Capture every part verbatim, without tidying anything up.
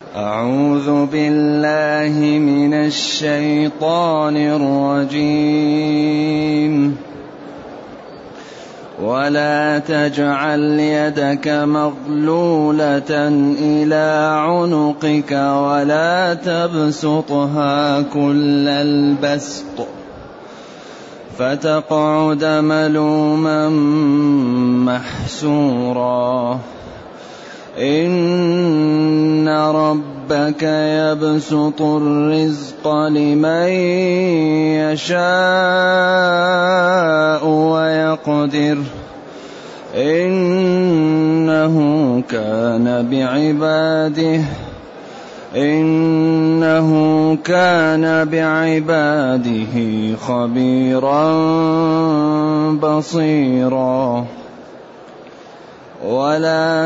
أعوذ بالله من الشيطان الرجيم. ولا تجعل يدك مغلولة إلى عنقك ولا تبسطها كل البسط فتقعد ملوما محسورا. إن ربك يبسط الرزق لمن يشاء ويقدر إنه كان بعباده إنه كان بعباده خبيرا بصيرا. ولا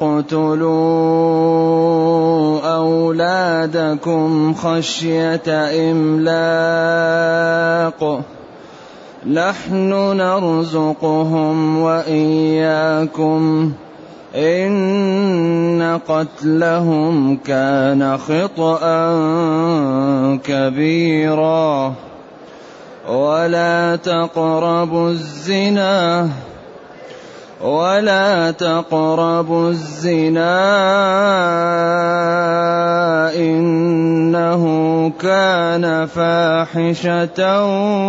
تقتلوا أولادكم خشية إملاق نحن نرزقهم وإياكم إن قتلهم كان خطأ كبيرا. ولا تقربوا الزنا ولا تقربوا الزنا إنه كان فاحشة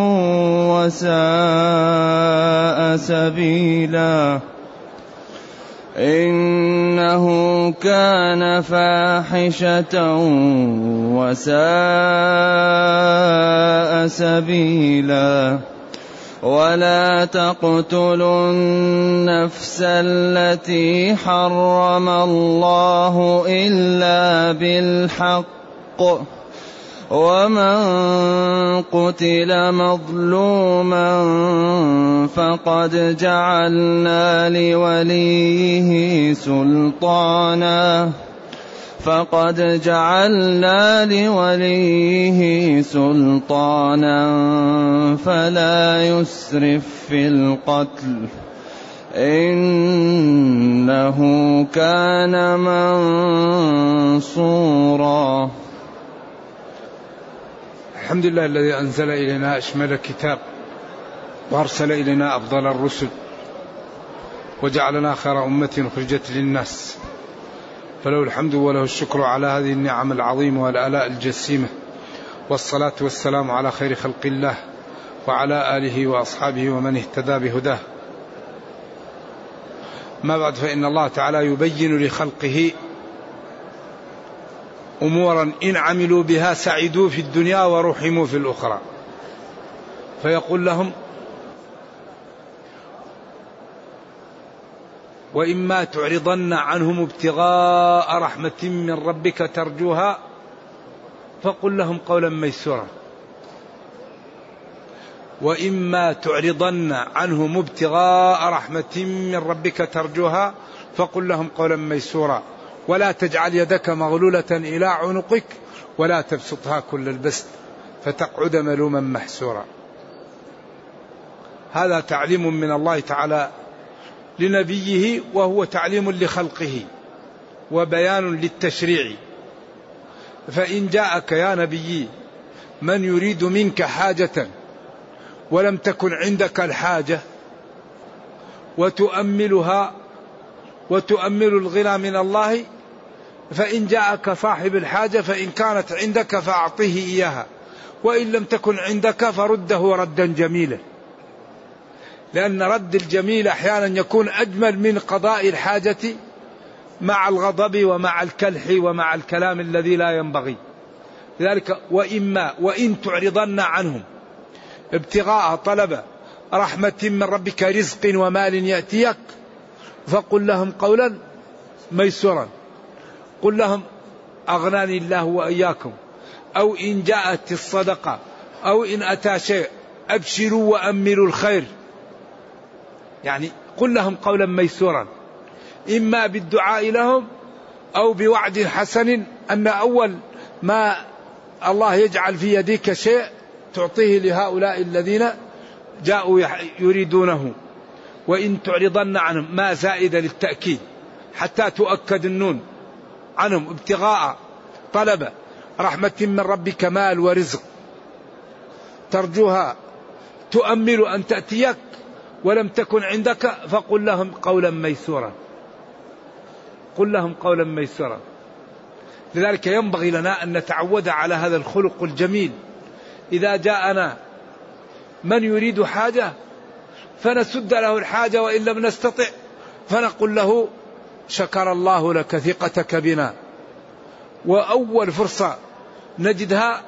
وساء سبيلا. إنه كان فاحشة وساء سبيلا. ولا تقتلوا النفس التي حرم الله إلا بالحق ومن قتل مظلوما فقد جعلنا لوليه سلطانا فقد جعلنا لوليه سلطانا فلا يسرف في القتل إنه كان منصورا. الحمد لله الذي أنزل إلينا أشمل كتاب وأرسل إلينا أفضل الرسل وجعلنا خير أمة أخرجت للناس، فله الحمد وله الشكر على هذه النعم العظيمة والآلاء الجسيمة، والصلاة والسلام على خير خلق الله وعلى آله وأصحابه ومن اهتدى بهداه. ما بعد، فإن الله تعالى يبين لخلقه أمورا إن عملوا بها سعدوا في الدنيا ورحموا في الأخرى، فيقول لهم: وإما تعرضن عنهم ابتغاء رحمة من ربك ترجوها فقل لهم قولا ميسورا. وإما تعرضن عنهم ابتغاء رحمة من ربك ترجوها فقل لهم قولا ميسورا. ولا تجعل يدك مغلولة إلى عنقك ولا تبسطها كل البسط فتقعد ملوما محسورا. هذا تعليم من الله تعالى لنبيه، وهو تعليم لخلقه وبيان للتشريع. فإن جاءك يا نبي من يريد منك حاجة ولم تكن عندك الحاجة وتؤملها وتؤمل الغنى من الله، فإن جاءك صاحب الحاجة فإن كانت عندك فأعطيه إياها، وإن لم تكن عندك فرده ردا جميلا، لأن رد الجميل أحيانا يكون أجمل من قضاء الحاجة مع الغضب ومع الكلح ومع الكلام الذي لا ينبغي. لذلك وإما وإن تعرضن عنهم ابتغاء طلب رحمة من ربك رزق ومال يأتيك فقل لهم قولا ميسورا. قل لهم أغناني الله وإياكم، أو إن جاءت الصدقة أو إن أتى شيء أبشروا وأملوا الخير. يعني قل لهم قولا ميسورا، إما بالدعاء لهم أو بوعد حسن أن أول ما الله يجعل في يديك شيء تعطيه لهؤلاء الذين جاءوا يريدونه. وإن تعرضن عنهم ما زائدة للتأكيد حتى تؤكد النون عنهم ابتغاء طلب رحمة من ربك مال ورزق ترجوها تؤمل أن تأتيك ولم تكن عندك فقل لهم قولا ميسورا، قل لهم قولا ميسورا. لذلك ينبغي لنا أن نتعود على هذا الخلق الجميل. إذا جاءنا من يريد حاجة فنسد له الحاجة، وإن لم نستطع فنقول له شكر الله لك ثقتك بنا، وأول فرصة نجدها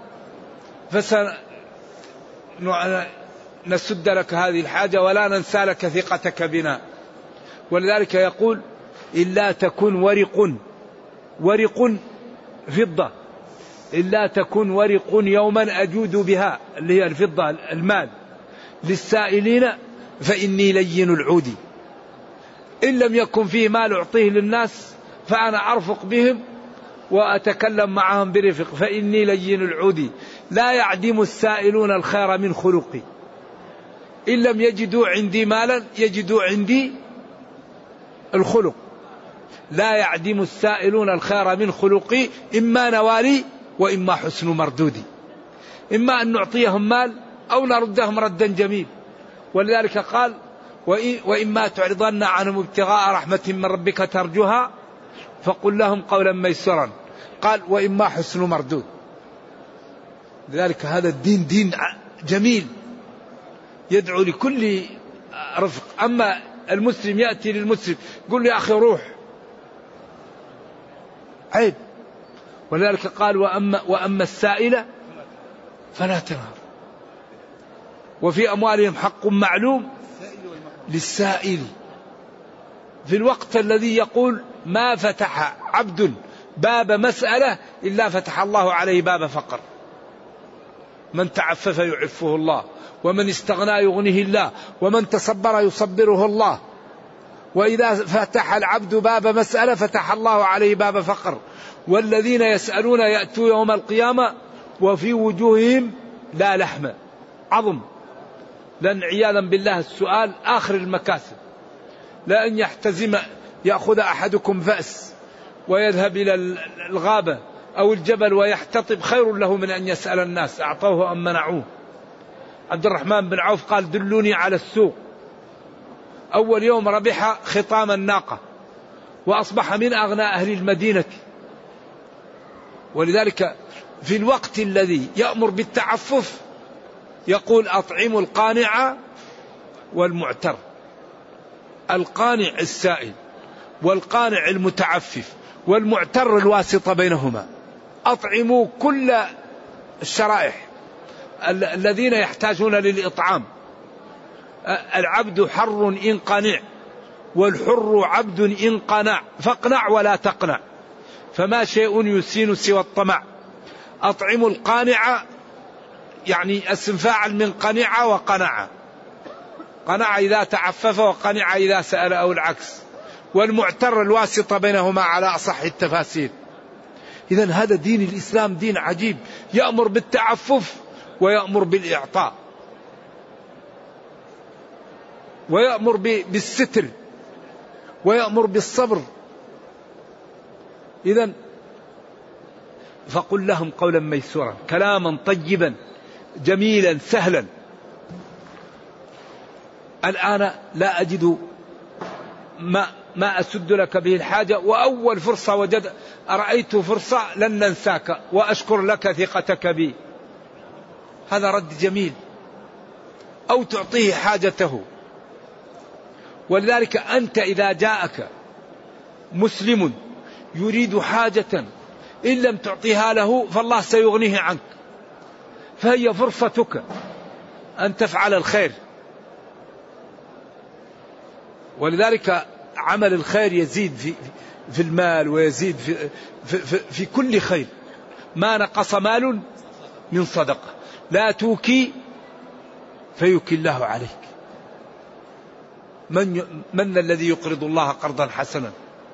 فسنسد لك هذه الحاجة ولا ننسى لك ثقتك بنا. ولذلك يقول إلا تكن ورق ورق فضة، إلا تكن ورق يوما أجود بها اللي هي الفضة المال للسائلين فإني لين العود. إن لم يكن فيه مال أعطيه للناس فأنا أرفق بهم وأتكلم معهم برفق، فإني لين العود لا يعدم السائلون الخير من خلقي. إن لم يجدوا عندي مالا يجدوا عندي الخلق. لا يعدم السائلون الخير من خلقي، إما نوالي وإما حسن مردودي، إما أن نعطيهم مال أو نردهم ردا جميل. ولذلك قال وإما تعرضن عنهم ابتغاء رحمة من ربك ترجوها فقل لهم قولا ميسورا، قال وإما حسن مردود. لذلك هذا الدين دين جميل يدعو لكل رفق. أما المسلم يأتي للمسلم يقول له يا أخي روح، عيب. ولذلك قال وأما, وأما السائل فلا تنهر. وفي أموالهم حق معلوم للسائل. في الوقت الذي يقول ما فتح عبد باب مسألة إلا فتح الله عليه باب فقر. من تعفف يعفه الله، ومن استغنى يغنيه الله، ومن تصبر يصبره الله. وإذا فتح العبد باب مسألة فتح الله عليه باب فقر. والذين يسألون يأتوا يوم القيامة وفي وجوههم لا لحم عظم، لأن عياذا بالله السؤال آخر المكاسب. لأن يحتزم يأخذ أحدكم فأس ويذهب إلى الغابة أو الجبل ويحتطب خير له من أن يسأل الناس أعطوه أم منعوه. عبد الرحمن بن عوف قال دلوني على السوق. أول يوم ربح خطام الناقة وأصبح من أغنى أهل المدينة. ولذلك في الوقت الذي يأمر بالتعفف يقول أطعموا القانع والمعتر. القانع السائل والقانع المتعفف والمعتر الواسطة بينهما. أطعموا كل الشرائح الذين يحتاجون للإطعام. العبد حر إن قنع والحر عبد إن قنع، فاقنع ولا تقنع، فما شيء يسين سوى الطمع. أطعموا القانع يعني اسم فاعل من قنع وقنع، قنع إذا تعفف وقنع إذا سأل أو العكس. والمعتر الواسطة بينهما على أصح التفاسير. إذن هذا دين الإسلام دين عجيب، يأمر بالتعفف ويأمر بالإعطاء ويأمر بالستر ويأمر بالصبر. إذن فقل لهم قولا ميسورا، كلاما طيبا جميلا سهلا. الآن لا أجد ما, ما أسد لك به الحاجة، وأول فرصة وجد أرأيت فرصة لن ننساك وأشكر لك ثقتك بي. هذا رد جميل. أو تعطيه حاجته. ولذلك أنت إذا جاءك مسلم يريد حاجة إن لم تعطيها له فالله سيغنيه عنك، فهي فرصتك أن تفعل الخير. ولذلك عمل الخير يزيد في في المال ويزيد في في, في, في كل خير. ما نقص مال من صدقة، لا توكي فيكي الله عليك. من من الذي يقرض الله قرضا حسنا؟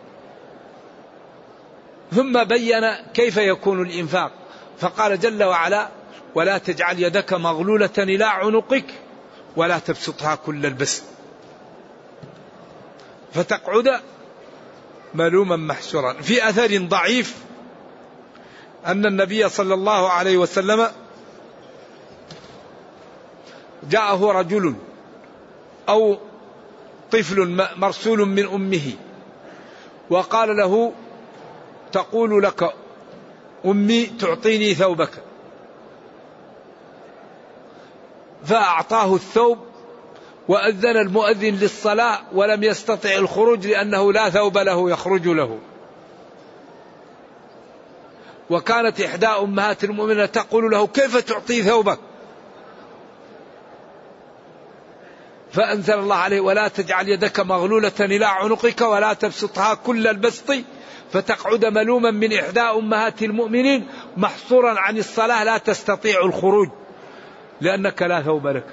ثم بين كيف يكون الإنفاق فقال جل وعلا ولا تجعل يدك مغلولة إلى عنقك ولا تبسطها كل البسط فتقعد ملوما محسورا. في أثر ضعيف أن النبي صلى الله عليه وسلم جاءه رجل أو طفل مرسول من أمه وقال له تقول لك أمي تعطيني ثوبك، فأعطاه الثوب وأذن المؤذن للصلاة ولم يستطع الخروج لأنه لا ثوب له يخرج له. وكانت إحدى أمهات المؤمنين تقول له كيف تعطي ثوبك؟ فأنزل الله عليه ولا تجعل يدك مغلولة إلى عنقك ولا تبسطها كل البسط فتقعد ملوما من إحدى أمهات المؤمنين محصورا عن الصلاة لا تستطيع الخروج لأنك لا ثوب لك.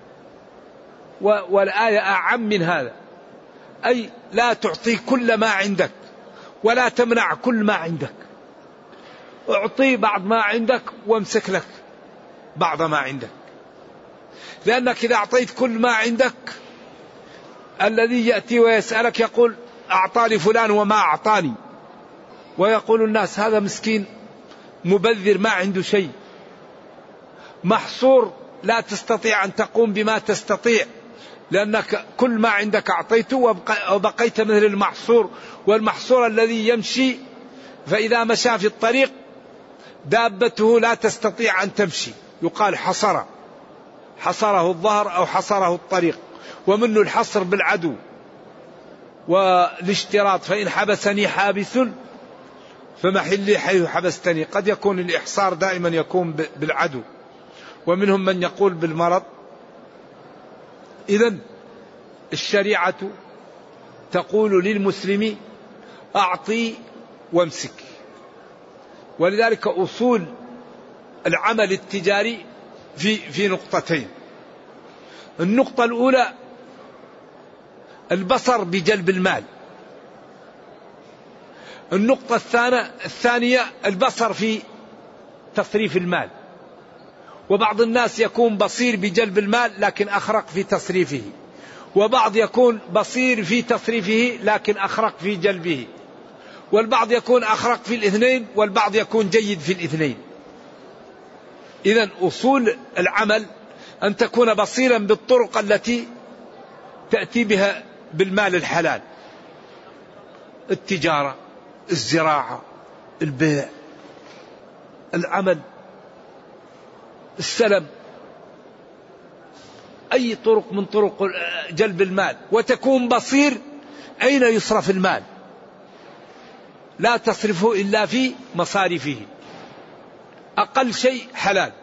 والآية أعم من هذا، أي لا تعطي كل ما عندك ولا تمنع كل ما عندك، اعطي بعض ما عندك وامسك لك بعض ما عندك، لأنك إذا أعطيت كل ما عندك الذي يأتي ويسألك يقول أعطاني فلان وما أعطاني، ويقول الناس هذا مسكين مبذر ما عنده شيء، محصور لا تستطيع أن تقوم بما تستطيع لأنك كل ما عندك أعطيته وبقيت مثل المحصور. والمحصور الذي يمشي فإذا مشى في الطريق دابته لا تستطيع أن تمشي يقال حصر، حصره الظهر أو حصره الطريق. ومنه الحصر بالعدو والاشتراط، فإن حبسني حابس فمحلي حيث حبستني. قد يكون الإحصار دائما يكون بالعدو، ومنهم من يقول بالمرض. إذن الشريعة تقول للمسلم أعطي وامسك. ولذلك أصول العمل التجاري في في نقطتين. النقطة الأولى البصر بجلب المال. النقطة الثانية البصر في تصريف المال. وبعض الناس يكون بصير بجلب المال لكن أخرق في تصريفه، وبعض يكون بصير في تصريفه لكن أخرق في جلبه، والبعض يكون أخرق في الاثنين والبعض يكون جيد في الاثنين. إذن أصول العمل أن تكون بصيرا بالطرق التي تأتي بها بالمال الحلال، التجارة، الزراعة، البيع، العمل، السلم، أي طرق من طرق جلب المال، وتكون بصير أين يصرف المال، لا تصرفه إلا في مصارفه، أقل شيء حلال.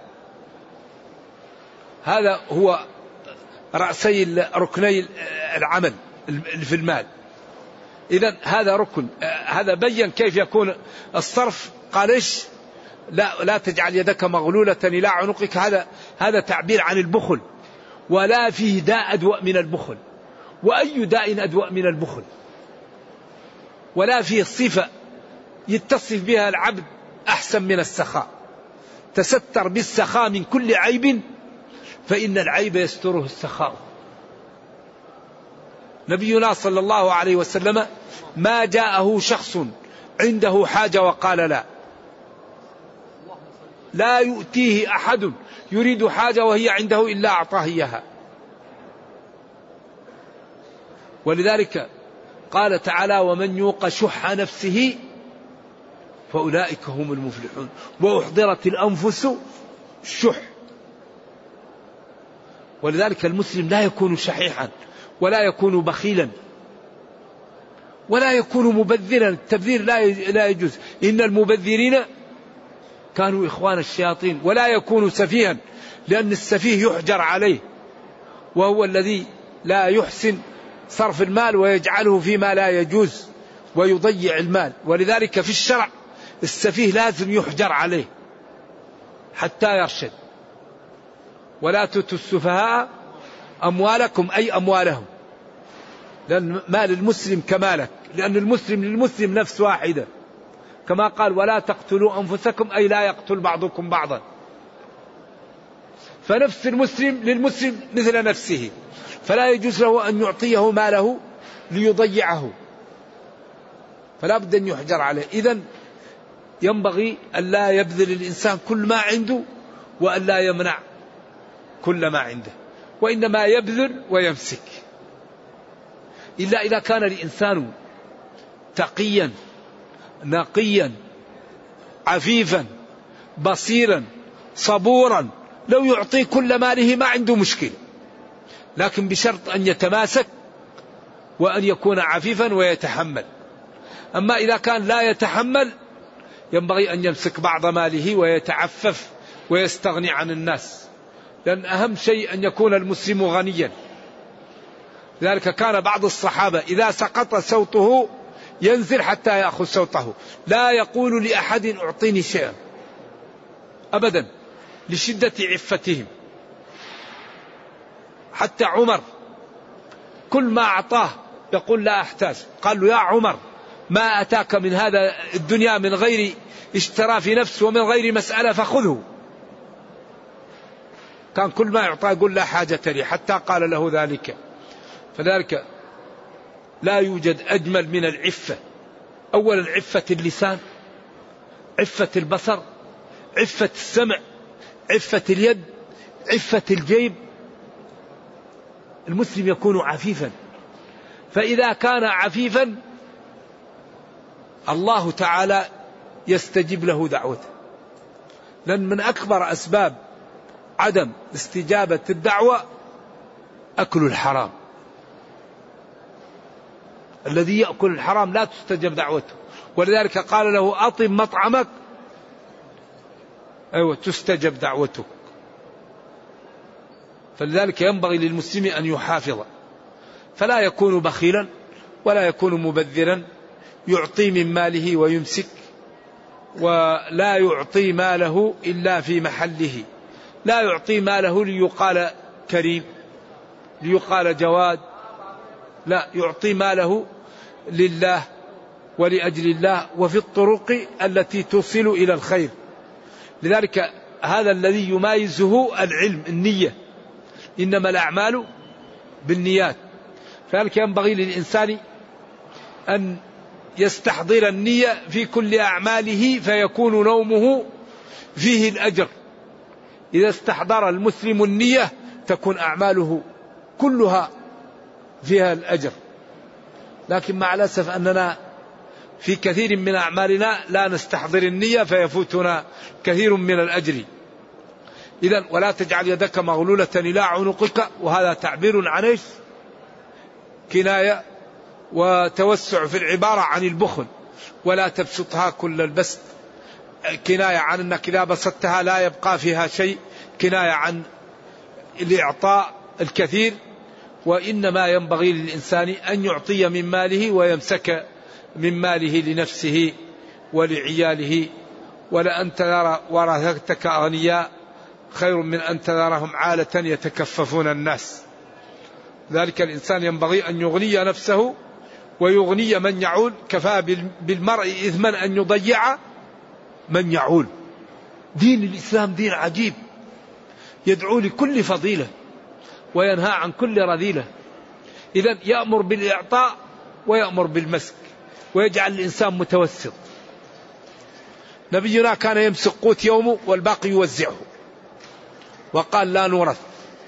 هذا هو رأسي ركني العمل في المال. إذن هذا ركن، هذا بين كيف يكون الصرف. قال إيش؟ لا لا تجعل يدك مغلولة إلى عنقك. هذا هذا تعبير عن البخل، ولا فيه داء أدوأ من البخل، وأي داء أدوأ من البخل، ولا فيه صفة يتصف بها العبد أحسن من السخاء. تستر بالسخاء من كل عيب فإن العيب يستره السخاء. نبينا صلى الله عليه وسلم ما جاءه شخص عنده حاجة وقال لا، لا يؤتيه أحد يريد حاجة وهي عنده إلا أعطاه إياها. ولذلك قال تعالى ومن يوق شح نفسه فأولئك هم المفلحون. وأحضرت الأنفس الشح. ولذلك المسلم لا يكون شحيحا ولا يكون بخيلا ولا يكون مبذرا. التبذير لا يجوز. إن المبذرين كانوا إخوان الشياطين. ولا يكون سفيها، لأن السفيه يحجر عليه، وهو الذي لا يحسن صرف المال ويجعله فيما لا يجوز ويضيع المال. ولذلك في الشرع السفيه لازم يحجر عليه حتى يرشد. ولا تؤتوا السفهاء أموالكم أي أموالهم، لأن مال المسلم كمالك، لأن المسلم للمسلم نفس واحدة، كما قال ولا تقتلوا أنفسكم أي لا يقتل بعضكم بعضا. فنفس المسلم للمسلم مثل نفسه، فلا يجوز له أن يعطيه ماله ليضيعه، فلا بد أن يحجر عليه. إذن ينبغي أن لا يبذل الإنسان كل ما عنده وأن لا يمنع كل ما عنده، وإنما يبذل ويمسك. إلا إذا كان الإنسان تقيا نقيا عفيفا بصيرا صبورا، لو يعطي كل ماله ما عنده مشكلة، لكن بشرط أن يتماسك وأن يكون عفيفا ويتحمل. أما إذا كان لا يتحمل ينبغي أن يمسك بعض ماله ويتعفف ويستغني عن الناس، لأن أهم شيء أن يكون المسلم غنيا. لذلك كان بعض الصحابة إذا سقط صوته ينزل حتى يأخذ صوته، لا يقول لأحد أعطيني شيئا أبدا لشدة عفتهم. حتى عمر كل ما أعطاه يقول لا أحتاج، قال له يا عمر ما أتاك من هذا الدنيا من غير اشترى في نفس ومن غير مسألة فخذه. كان كل ما يعطاه يقول لا حاجة لي، حتى قال له ذلك. فذلك لا يوجد أجمل من العفة. أولا عفة اللسان، عفة البصر، عفة السمع، عفة اليد، عفة الجيب. المسلم يكون عفيفا، فإذا كان عفيفا الله تعالى يستجيب له دعوته. لأن من أكبر أسباب عدم استجابة الدعوة أكل الحرام. الذي يأكل الحرام لا تستجب دعوته، ولذلك قال له أطب مطعمك أيوة تستجب دعوتك. فلذلك ينبغي للمسلم أن يحافظ، فلا يكون بخيلا ولا يكون مبذرا، يعطي من ماله ويمسك، ولا يعطي ماله إلا في محله. لا يعطي ماله ليقال كريم ليقال جواد، لا، يعطي ماله لله ولأجل الله وفي الطرق التي توصل إلى الخير. لذلك هذا الذي يميزه العلم، النية، إنما الأعمال بالنيات. فذلك ينبغي للإنسان أن يستحضر النية في كل أعماله فيكون نومه فيه الأجر. إذا استحضر المسلم النية تكون أعماله كلها فيها الأجر. لكن مع الأسف أننا في كثير من أعمالنا لا نستحضر النية فيفوتنا كثير من الأجر. إذن ولا تجعل يدك مغلولة إلى عنقك، وهذا تعبير عن إيش؟ كناية وتوسع في العبارة عن البخل. ولا تبسطها كل البسط، كناية عن أنك إذا بسطتها لا يبقى فيها شيء، كناية عن الإعطاء الكثير. وإنما ينبغي للإنسان أن يعطي من ماله ويمسك من ماله لنفسه ولعياله. ولأن تذر ورثتك أغنياء خير من أن تذرهم عالة يتكففون الناس. ذلك الإنسان ينبغي أن يغني نفسه ويغني من يعول. كفى بالمرء إثما أن يضيع من يعول. دين الإسلام دين عجيب، يدعو لكل فضيلة وينهى عن كل رذيلة. إذن يأمر بالإعطاء ويأمر بالمسك ويجعل الإنسان متوسط. نبينا كان يمسك قوت يومه والباقي يوزعه، وقال لا نورث.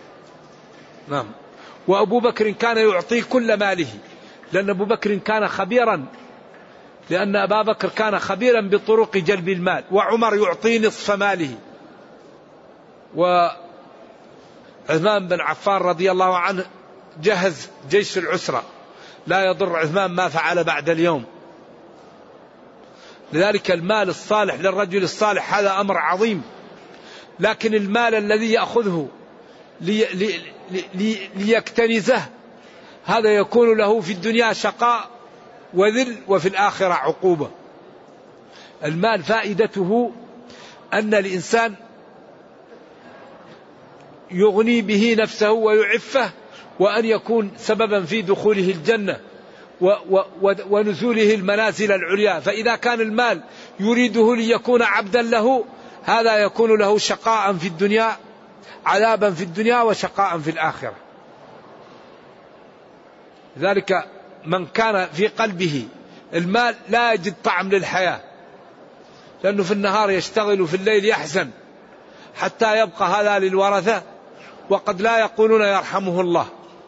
نعم. وأبو بكر كان يعطي كل ماله، لأن أبو بكر كان خبيرا، لأن أبا بكر كان خبيرا بطرق جلب المال. وعمر يعطي نصف ماله. وعثمان بن عفان رضي الله عنه جهز جيش العسرة، لا يضر عثمان ما فعل بعد اليوم. لذلك المال الصالح للرجل الصالح هذا أمر عظيم. لكن المال الذي يأخذه لي لي لي ليكتنزه هذا يكون له في الدنيا شقاء وذل، وفي الآخرة عقوبة. المال فائدته أن الإنسان يغني به نفسه ويعفه، وأن يكون سببا في دخوله الجنة ونزوله المنازل العليا. فإذا كان المال يريده ليكون عبدا له، هذا يكون له شقاء في الدنيا، عذابا في الدنيا وشقاء في الآخرة. ذلك من كان في قلبه المال لا يجد طعم للحياة، لأنه في النهار يشتغل وفي الليل يحزن، حتى يبقى هذا للورثة، وقد لا يقولون يرحمه الله.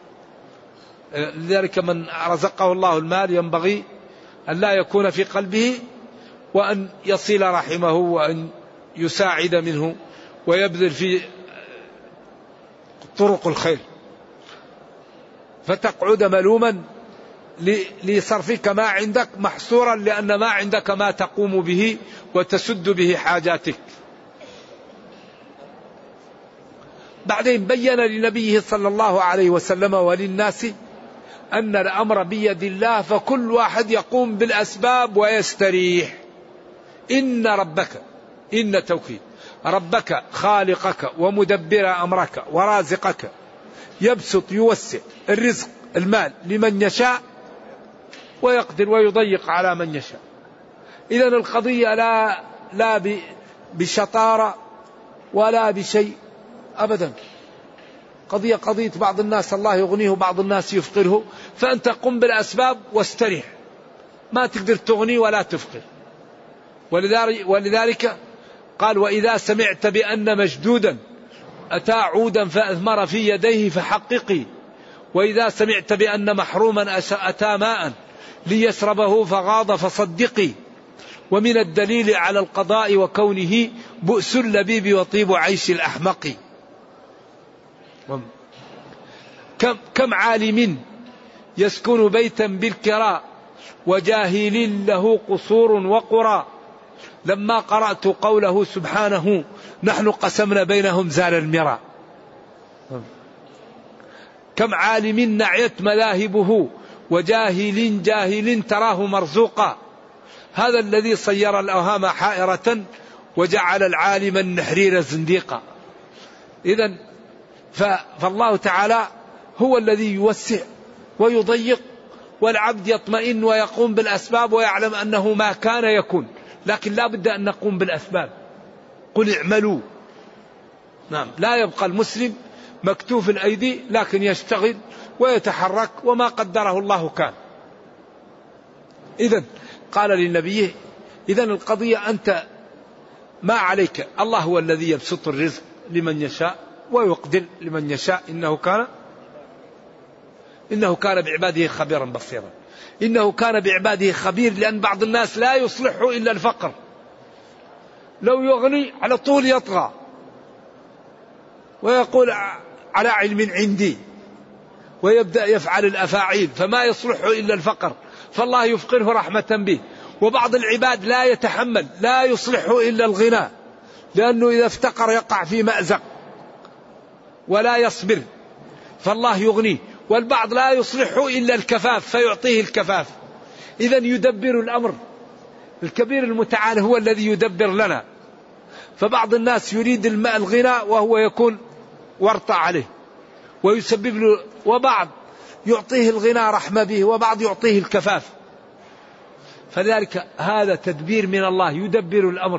لذلك من رزقه الله المال ينبغي أن لا يكون في قلبه، وأن يصل رحمه، وأن يساعد منه، ويبذل في طرق الخير. فتقعد ملوما لصرفك ما عندك محصورا، لأن ما عندك ما تقوم به وتسد به حاجاتك. بعدين بين لنبيه صلى الله عليه وسلم وللناس أن الأمر بيد الله، فكل واحد يقوم بالأسباب ويستريح. إن ربك، إن توكيد، ربك خالقك ومدبر أمرك ورازقك، يبسط يوسع الرزق المال لمن يشاء ويقدر ويضيق على من يشاء. إذن القضية لا لا بشطارة ولا بشيء أبدا، قضية قضية بعض الناس الله يغنيه وبعض الناس يفقره، فأنت قم بالأسباب واستريح، ما تقدر تغني ولا تفقر. ولذلك قال: وإذا سمعت بأن مشدودا أتى عودا فأثمر في يديه فحققي، وإذا سمعت بأن محروما أتى ماء ليشربه فغاض فصدقي. ومن الدليل على القضاء وكونه بؤس اللبيب وطيب عيش الأحمق. كم, كم عالم يسكن بيتا بالكراء وجاهل له قصور وقرى، لما قرأت قوله سبحانه نحن قسمنا بينهم زال المراء. كم عالم نعيت مذاهبه وجاهل جاهل تراه مرزوقا، هذا الذي صير الأوهام حائرة وجعل العالم النحرير زنديقا. إذن فالله تعالى هو الذي يوسع ويضيق، والعبد يطمئن ويقوم بالأسباب ويعلم أنه ما كان يكون، لكن لا بد أن نقوم بالأسباب. قل اعملوا. نعم، لا يبقى المسلم مكتوف الأيدي، لكن يشتغل ويتحرك، وما قدره الله كان. إذن قال للنبي: إذن القضية أنت ما عليك، الله هو الذي يبسط الرزق لمن يشاء ويقدر لمن يشاء، إنه كان إنه كان بعباده خبيرا بصيرا. إنه كان بعباده خبير، لأن بعض الناس لا يصلحه إلا الفقر، لو يغني على طول يطغى ويقول على علم عندي، ويبدأ يفعل الأفاعيل، فما يصلحه إلا الفقر، فالله يفقره رحمة به. وبعض العباد لا يتحمل، لا يصلحه إلا الغنى، لأنه إذا افتقر يقع في مأزق ولا يصبر، فالله يغنيه. والبعض لا يصلحه إلا الكفاف، فيعطيه الكفاف. إذن يدبر الأمر، الكبير المتعال هو الذي يدبر لنا. فبعض الناس يريد الماء الغنى وهو يكون ورطة عليه ويسبب له، وبعض يعطيه الغنى رحمة به، وبعض يعطيه الكفاف. فذلك هذا تدبير من الله، يدبر الأمر.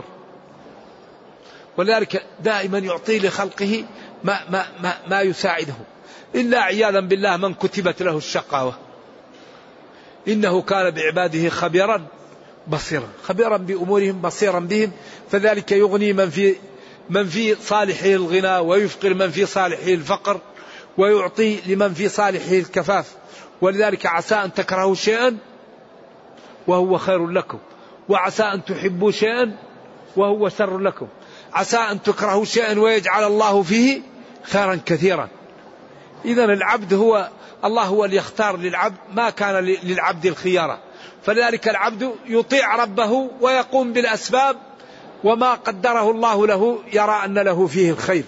ولذلك دائما يعطي لخلقه ما, ما, ما, ما يساعده، إلا عياذا بالله من كتبت له الشقاوة. إنه كان بعباده خبيرا بصيرا، خبيرا بأمورهم بصيرا بهم. فذلك يغني من في من في صالحه الغنى، ويفقر من في صالحه الفقر، ويعطي لمن في صالحه الكفاف. ولذلك عسى أن تكرهوا شيئا وهو خير لكم، وعسى أن تحبوا شيئا وهو شر لكم، عسى أن تكرهوا شيئا ويجعل الله فيه خيرا كثيرا. إذن العبد هو الله هو اللي يختار للعبد، ما كان للعبد الخيارة. فلذلك العبد يطيع ربه ويقوم بالأسباب، وما قدره الله له يرى أن له فيه الخير.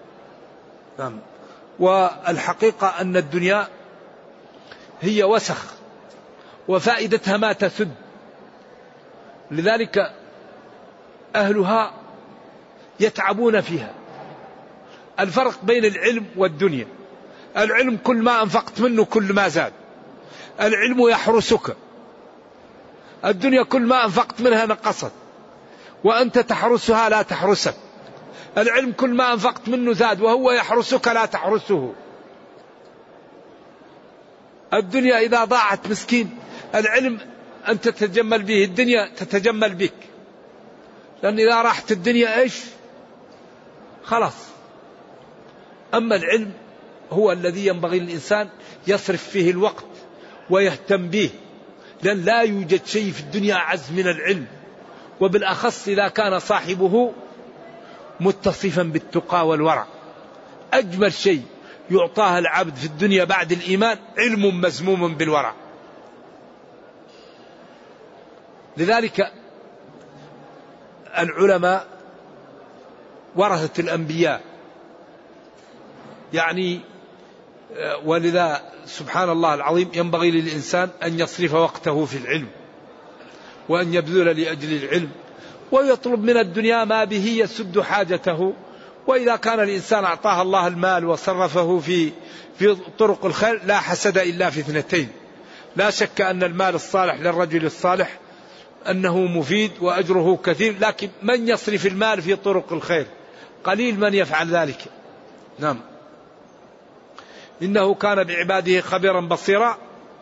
والحقيقة أن الدنيا هي وسخ، وفائدتها ما تسد. لذلك أهلها يتعبون فيها. الفرق بين العلم والدنيا: العلم كل ما أنفقت منه كل ما زاد، العلم يحرسك. الدنيا كل ما أنفقت منها نقصت، وأنت تحرسها لا تحرسك. العلم كل ما أنفقت منه زاد، وهو يحرسك لا تحرسه. الدنيا إذا ضاعت مسكين، العلم أنت تتجمل به، الدنيا تتجمل بك. لأن إذا راحت الدنيا إيش خلاص. أما العلم هو الذي ينبغي للإنسان يصرف فيه الوقت ويهتم به، لأن لا يوجد شيء في الدنيا أعز من العلم، وبالأخص إذا كان صاحبه متصفا بالتقى والورع. أجمل شيء يعطاه العبد في الدنيا بعد الإيمان علم مزموم بالورع. لذلك العلماء ورثة الأنبياء، يعني ولذا سبحان الله العظيم ينبغي للإنسان أن يصرف وقته في العلم، وأن يبذل لأجل العلم، ويطلب من الدنيا ما به يسد حاجته. وإذا كان الإنسان أعطاه الله المال وصرفه في في طرق الخير لا حسد إلا في اثنتين. لا شك أن المال الصالح للرجل الصالح أنه مفيد وأجره كثير، لكن من يصرف المال في طرق الخير قليل من يفعل ذلك. نعم. إنه كان بعباده خبيرا بصيرا.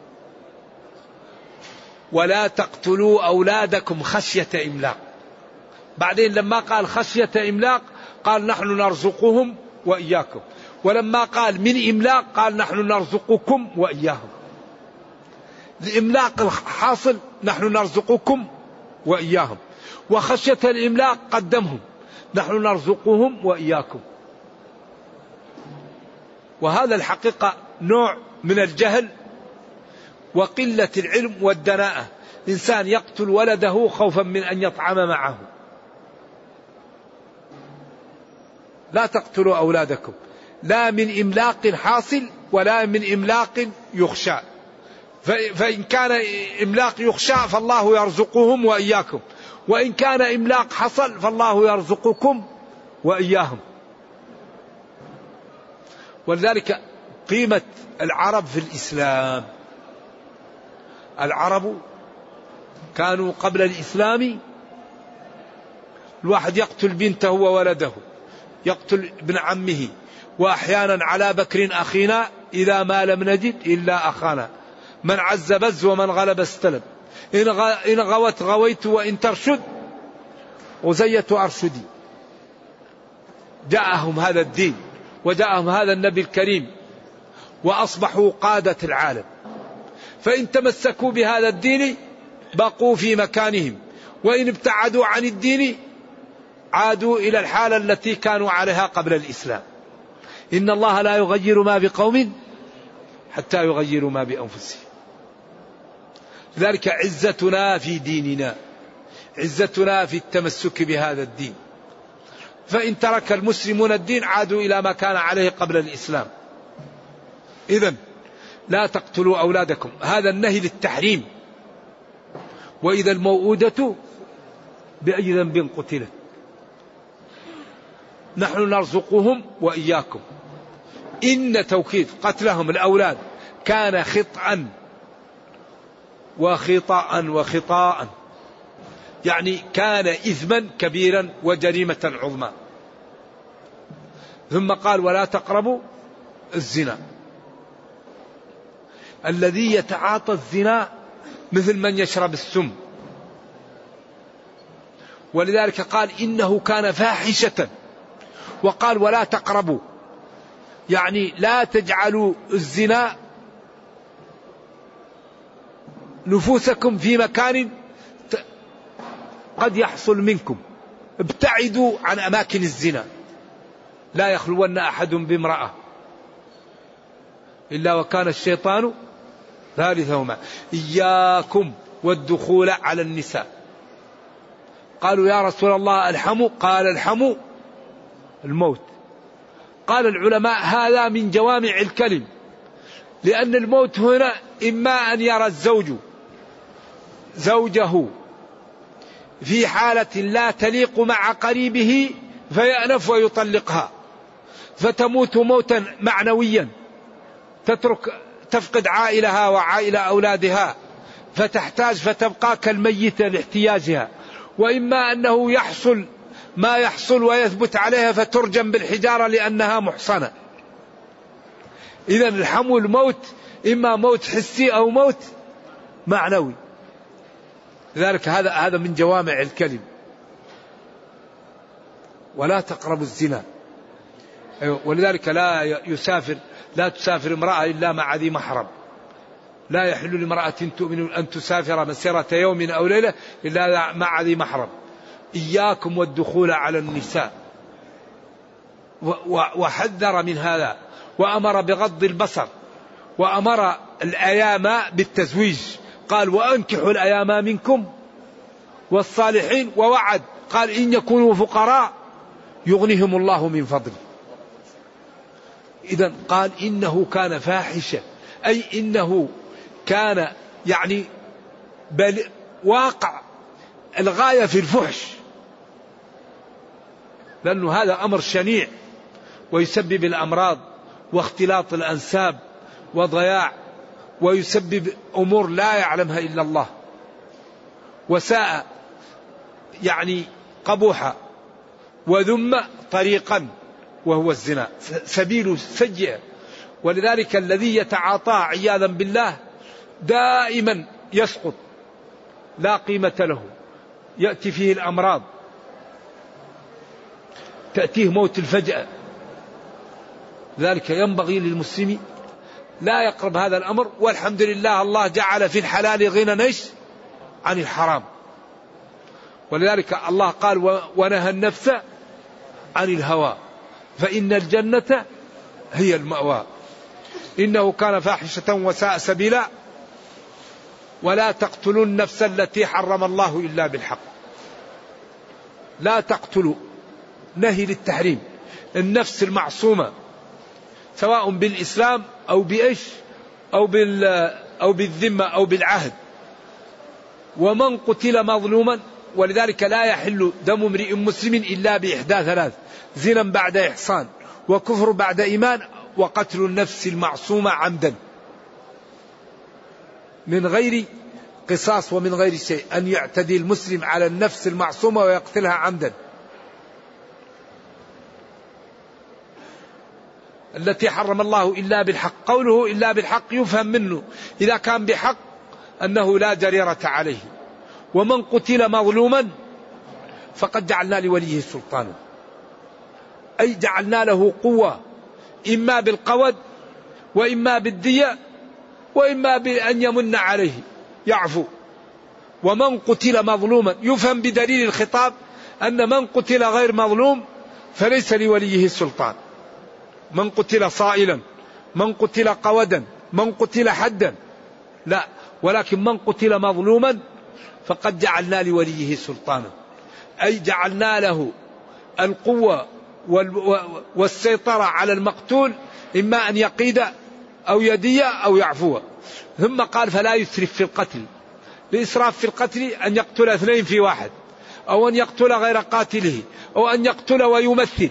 ولا تقتلوا أولادكم خشية إملاق. بعدين لما قال خشية إملاق قال نحن نرزقهم وإياكم، ولما قال من إملاق قال نحن نرزقكم وإياهم. الإملاق الحاصل نحن نرزقكم وإياهم، وخشية الإملاق قدمهم نحن نرزقهم وإياكم. وهذا الحقيقة نوع من الجهل وقلة العلم والدناءة. إنسان يقتل ولده خوفا من أن يطعم معه. لا تقتلوا أولادكم، لا من إملاق حاصل ولا من إملاق يخشى. فإن كان إملاق يخشى فالله يرزقهم وإياكم، وإن كان إملاق حصل فالله يرزقكم وإياهم. ولذلك قيمة العرب في الإسلام. العرب كانوا قبل الإسلام الواحد يقتل بنته وولده، يقتل ابن عمه، وأحيانا على بكر أخينا إذا ما لم نجد إلا أخانا، من عز بز ومن غلب استلم، إن غوت غويت وإن ترشد وزيت أرشدي. جاءهم هذا الدين وجاءهم هذا النبي الكريم وأصبحوا قادة العالم. فإن تمسكوا بهذا الدين بقوا في مكانهم، وإن ابتعدوا عن الدين عادوا إلى الحالة التي كانوا عليها قبل الإسلام. إن الله لا يغير ما بقوم حتى يغيروا ما بأنفسهم. لذلك عزتنا في ديننا، عزتنا في التمسك بهذا الدين. فإن ترك المسلمون الدين عادوا إلى ما كان عليه قبل الإسلام. إذن لا تقتلوا أولادكم، هذا النهي للتحريم. وإذا الموءودة بأي ذنب قتلت نحن نرزقهم وإياكم. إن توكيد قتلهم الأولاد كان خطأ وخطأ وخطاء، يعني كان إثما كبيرا وجريمة عظمى. ثم قال ولا تقربوا الزنا. الذي يتعاطى الزنا مثل من يشرب السم. ولذلك قال إنه كان فاحشة، وقال ولا تقربوا، يعني لا تجعلوا الزنا نفوسكم في مكان قد يحصل منكم، ابتعدوا عن أماكن الزنا. لا يخلون أحد بامرأة إلا وكان الشيطان ثالثهما. إياكم والدخول على النساء. قالوا يا رسول الله الحمو، قال الحمو الموت. قال العلماء هذا من جوامع الكلم، لأن الموت هنا إما أن يرى الزوج زوجه في حالة لا تليق مع قريبه فيأنف ويطلقها فتموت موتا معنويا، تترك تفقد عائلها وعائلة أولادها فتحتاج فتبقى كالميتة لاحتياجها. وإما أنه يحصل ما يحصل ويثبت عليها فترجم بالحجارة لأنها محصنة. إذن الحمو الموت إما موت حسي أو موت معنوي. لذلك هذا هذا من جوامع الكلم. ولا تقربوا الزنا. ولذلك لا يسافر لا تسافر امرأة إلا مع ذي محرم. لا يحل لامرأة تؤمن أن تسافر مسيرة يوم أو ليلة إلا مع ذي محرم. إياكم والدخول على النساء، وحذر من هذا، وأمر بغض البصر، وأمر الأيام بالتزويج، قال وأنكحوا الأيام منكم والصالحين، ووعد قال إن يكونوا فقراء يغنيهم الله من فضله. إذن قال إنه كان فاحشة، أي إنه كان يعني بل واقع الغاية في الفحش، لأنه هذا أمر شنيع ويسبب الأمراض واختلاط الأنساب وضياع، ويسبب أمور لا يعلمها إلا الله، وساء يعني قبوحا، وذم طريقا وهو الزنا، سبيل سيئة. ولذلك الذي يتعاطاه عياذا بالله دائما يسقط، لا قيمة له، يأتي فيه الأمراض، تأتيه موت الفجأة. ذلك ينبغي للمسلم لا يقرب هذا الأمر. والحمد لله الله جعل في الحلال غنى نيش عن الحرام. ولذلك الله قال ونهى النفس عن الهوى فإن الجنة هي المأوى. إنه كان فاحشة وساء سبيلا ولا تقتلوا النفس التي حرم الله إلا بالحق. لا تقتلوا، نهي للتحريم، النفس المعصومة سواء بالإسلام أو بإيش أو بال أو بالذمة أو بالعهد. ومن قتل مظلوما، ولذلك لا يحل دم امرئ مسلم إلا بإحدى ثلاث: زنا بعد إحصان، وكفر بعد إيمان، وقتل النفس المعصومة عمدا من غير قصاص ومن غير شيء. أن يعتدي المسلم على النفس المعصومة ويقتلها عمدا. التي حرم الله إلا بالحق، قوله إلا بالحق يفهم منه إذا كان بحق أنه لا جريرة عليه. ومن قتل مظلوما فقد جعلنا لوليه سلطانا، أي جعلنا له قوة، إما بالقود وإما بالدية وإما بأن يمن عليه يعفو. ومن قتل مظلوما يفهم بدليل الخطاب أن من قتل غير مظلوم فليس لوليه سلطان. من قتل صائلا، من قتل قودا، من قتل حدا، لا، ولكن من قتل مظلوما فقد جعلنا لوليه سلطانا، أي جعلنا له القوة والسيطرة على المقتول، إما أن يقيد أو يدي أو يعفو. ثم قال فلا يسرف في القتل. الإسراف في القتل أن يقتل اثنين في واحد، أو أن يقتل غير قاتله، أو أن يقتل ويمثل،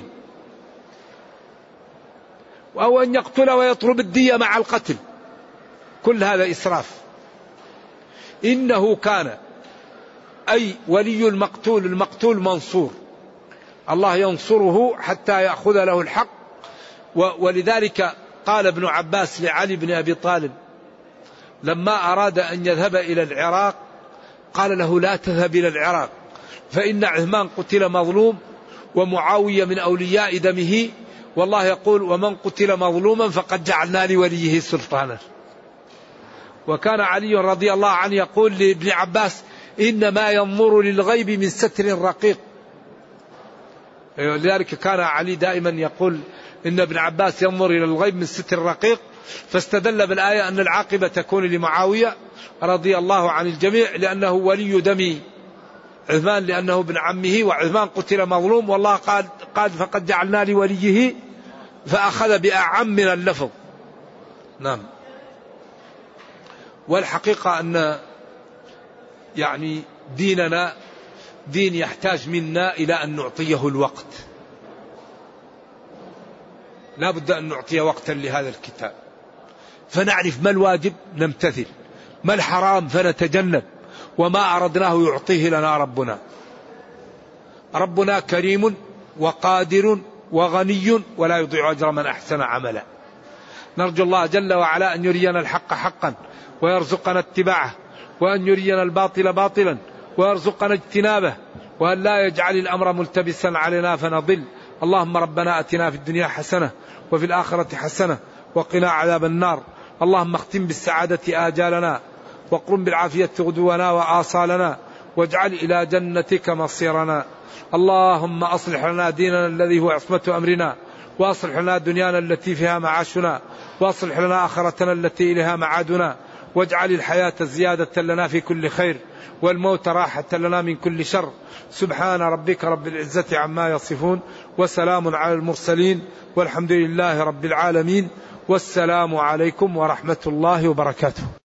أو أن يقتل ويطلب الدية مع القتل، كل هذا إسراف. إنه كان، أي ولي المقتول، المقتول منصور، الله ينصره حتى يأخذ له الحق. ولذلك قال ابن عباس لعلي بن أبي طالب لما أراد أن يذهب إلى العراق، قال له لا تذهب إلى العراق فإن عثمان قتل مظلوم ومعاوية من أولياء دمه، والله يقول ومن قتل مظلوما فقد جعلنا لوليه سلطانا. وكان علي رضي الله عنه يقول لابن عباس إنما ينظر للغيب من ستر رقيق. لذلك كان علي دائما يقول إن ابن عباس ينظر إلى الغيب من ستر رقيق، فاستدل بالآية أن العاقبة تكون لمعاوية رضي الله عن الجميع لأنه ولي دم عثمان، لأنه ابن عمه، وعثمان قتل مظلوم، والله قال, قال فقد جعلنا لوليه، فأخذ بأعم من اللفظ. نعم. والحقيقة أن يعني ديننا دين يحتاج منا إلى أن نعطيه الوقت، لا بد أن نعطيه وقتا لهذا الكتاب، فنعرف ما الواجب نمتثل، ما الحرام فنتجنب، وما أردناه يعطيه لنا ربنا. ربنا كريم وقادر وغني ولا يضيع أجر من أحسن عملا. نرجو الله جل وعلا أن يرينا الحق حقا ويرزقنا اتباعه، وأن يرينا الباطل باطلا ويرزقنا اجتنابه، وأن لا يجعل الأمر ملتبسا علينا فنضل. اللهم ربنا أتنا في الدنيا حسنة وفي الآخرة حسنة وقنا عذاب النار. اللهم اختم بالسعادة آجالنا وقرم بالعافية غدونا وآصالنا واجعل إلى جنتك مصيرنا. اللهم أصلح لنا ديننا الذي هو عصمة أمرنا، وأصلح لنا دنيانا التي فيها معاشنا، وأصلح لنا آخرتنا التي إليها معادنا، واجعل الحياة زيادة لنا في كل خير والموت راحة لنا من كل شر. سبحان ربك رب العزة عما يصفون وسلام على المرسلين والحمد لله رب العالمين. والسلام عليكم ورحمة الله وبركاته.